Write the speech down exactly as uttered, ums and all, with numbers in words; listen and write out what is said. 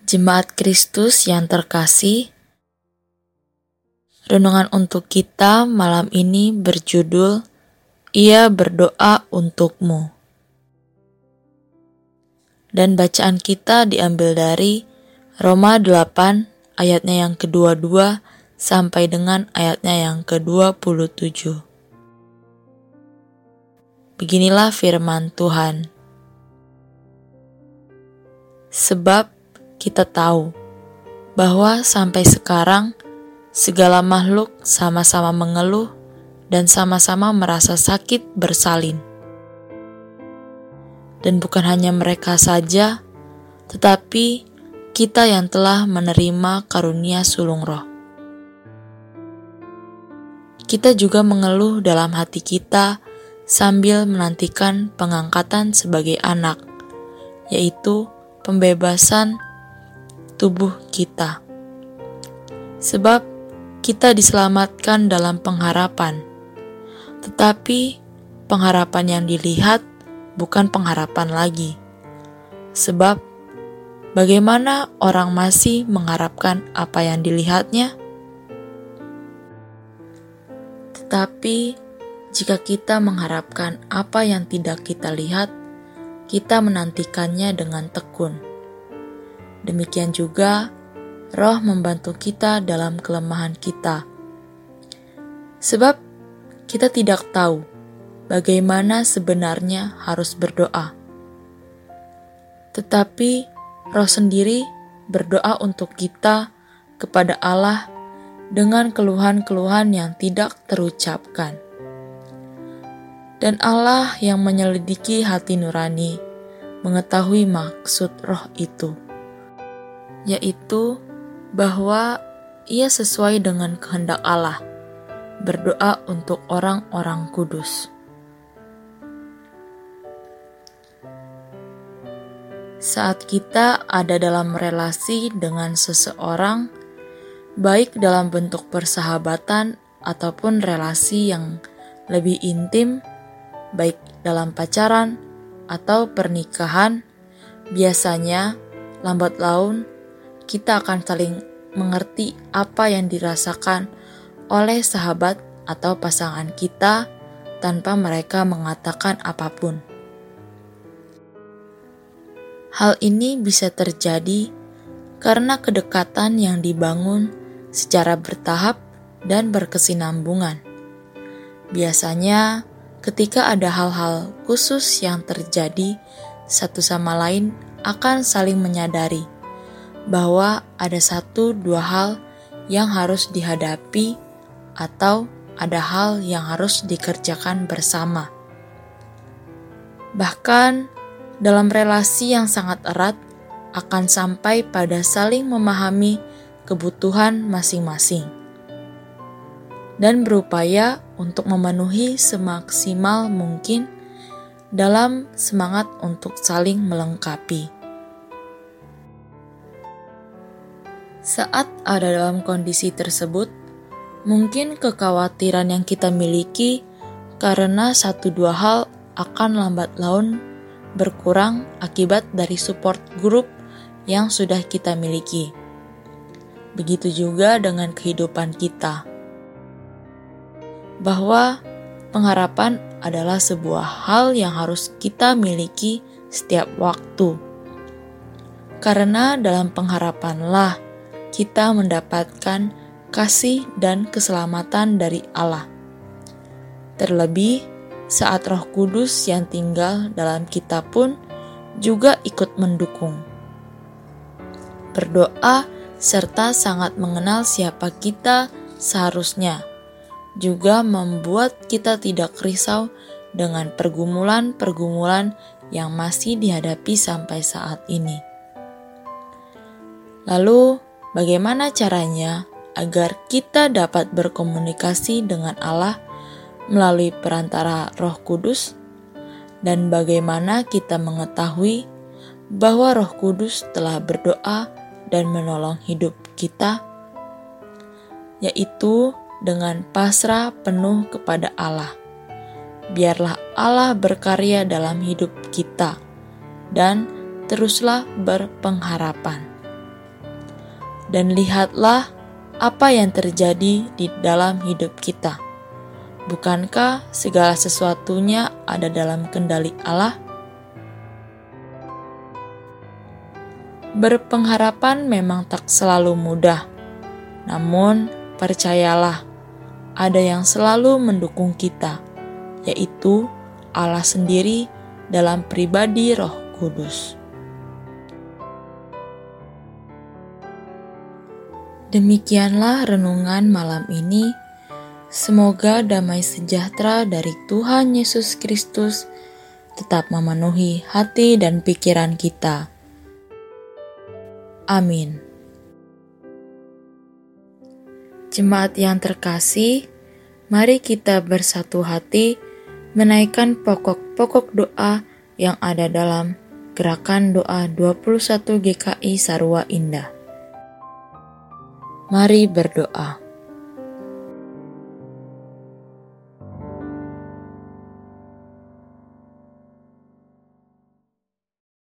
Jemaat Kristus yang terkasih, renungan untuk kita malam ini berjudul Ia Berdoa Untukmu. Dan bacaan kita diambil dari Roma delapan ayatnya yang kedua puluh dua sampai dengan ayatnya yang kedua puluh tujuh. Beginilah firman Tuhan. Sebab kita tahu bahwa sampai sekarang segala makhluk sama-sama mengeluh dan sama-sama merasa sakit bersalin. Dan bukan hanya mereka saja, tetapi kita yang telah menerima karunia sulung roh. Kita juga mengeluh dalam hati kita sambil menantikan pengangkatan sebagai anak, yaitu pembebasan tubuh kita. Sebab kita diselamatkan dalam pengharapan, tetapi pengharapan yang dilihat bukan pengharapan lagi. Sebab bagaimana orang masih mengharapkan apa yang dilihatnya? Tetapi jika kita mengharapkan apa yang tidak kita lihat, kita menantikannya dengan tekun. Demikian juga, Roh membantu kita dalam kelemahan kita. Sebab kita tidak tahu bagaimana sebenarnya harus berdoa. Tetapi Roh sendiri berdoa untuk kita kepada Allah dengan keluhan-keluhan yang tidak terucapkan. Dan Allah yang menyelidiki hati nurani mengetahui maksud Roh itu, yaitu bahwa ia sesuai dengan kehendak Allah, berdoa untuk orang-orang kudus. Saat kita ada dalam relasi dengan seseorang, baik dalam bentuk persahabatan ataupun relasi yang lebih intim, baik dalam pacaran atau pernikahan, biasanya lambat laun kita akan saling mengerti apa yang dirasakan oleh sahabat atau pasangan kita tanpa mereka mengatakan apapun. Hal ini bisa terjadi karena kedekatan yang dibangun secara bertahap dan berkesinambungan. Biasanya, ketika ada hal-hal khusus yang terjadi, satu sama lain akan saling menyadari bahwa ada satu dua hal yang harus dihadapi atau ada hal yang harus dikerjakan bersama. Bahkan dalam relasi yang sangat erat akan sampai pada saling memahami kebutuhan masing-masing dan berupaya untuk memenuhi semaksimal mungkin dalam semangat untuk saling melengkapi. Saat ada dalam kondisi tersebut, mungkin kekhawatiran yang kita miliki karena satu dua hal akan lambat laun berkurang akibat dari support group yang sudah kita miliki. Begitu juga dengan kehidupan kita, bahwa pengharapan adalah sebuah hal yang harus kita miliki setiap waktu. Karena dalam pengharapanlah kita mendapatkan kasih dan keselamatan dari Allah. Terlebih saat Roh Kudus yang tinggal dalam kita pun juga ikut mendukung. Berdoa serta sangat mengenal siapa kita seharusnya juga membuat kita tidak risau dengan pergumulan-pergumulan yang masih dihadapi sampai saat ini. Lalu, bagaimana caranya agar kita dapat berkomunikasi dengan Allah melalui perantara Roh Kudus? Dan bagaimana kita mengetahui bahwa Roh Kudus telah berdoa dan menolong hidup kita? Yaitu dengan pasrah penuh kepada Allah. Biarlah Allah berkarya dalam hidup kita dan teruslah berpengharapan. dan lihatlah apa yang terjadi di dalam hidup kita. Bukankah segala sesuatunya ada dalam kendali Allah? Berpengharapan memang tak selalu mudah, namun percayalah, ada yang selalu mendukung kita, yaitu Allah sendiri dalam pribadi Roh Kudus. Demikianlah renungan malam ini. Semoga damai sejahtera dari Tuhan Yesus Kristus tetap memenuhi hati dan pikiran kita. Amin. Jemaat yang terkasih, mari kita bersatu hati menaikkan pokok-pokok doa yang ada dalam Gerakan Doa dua puluh satu G K I Sarua Indah. Mari berdoa.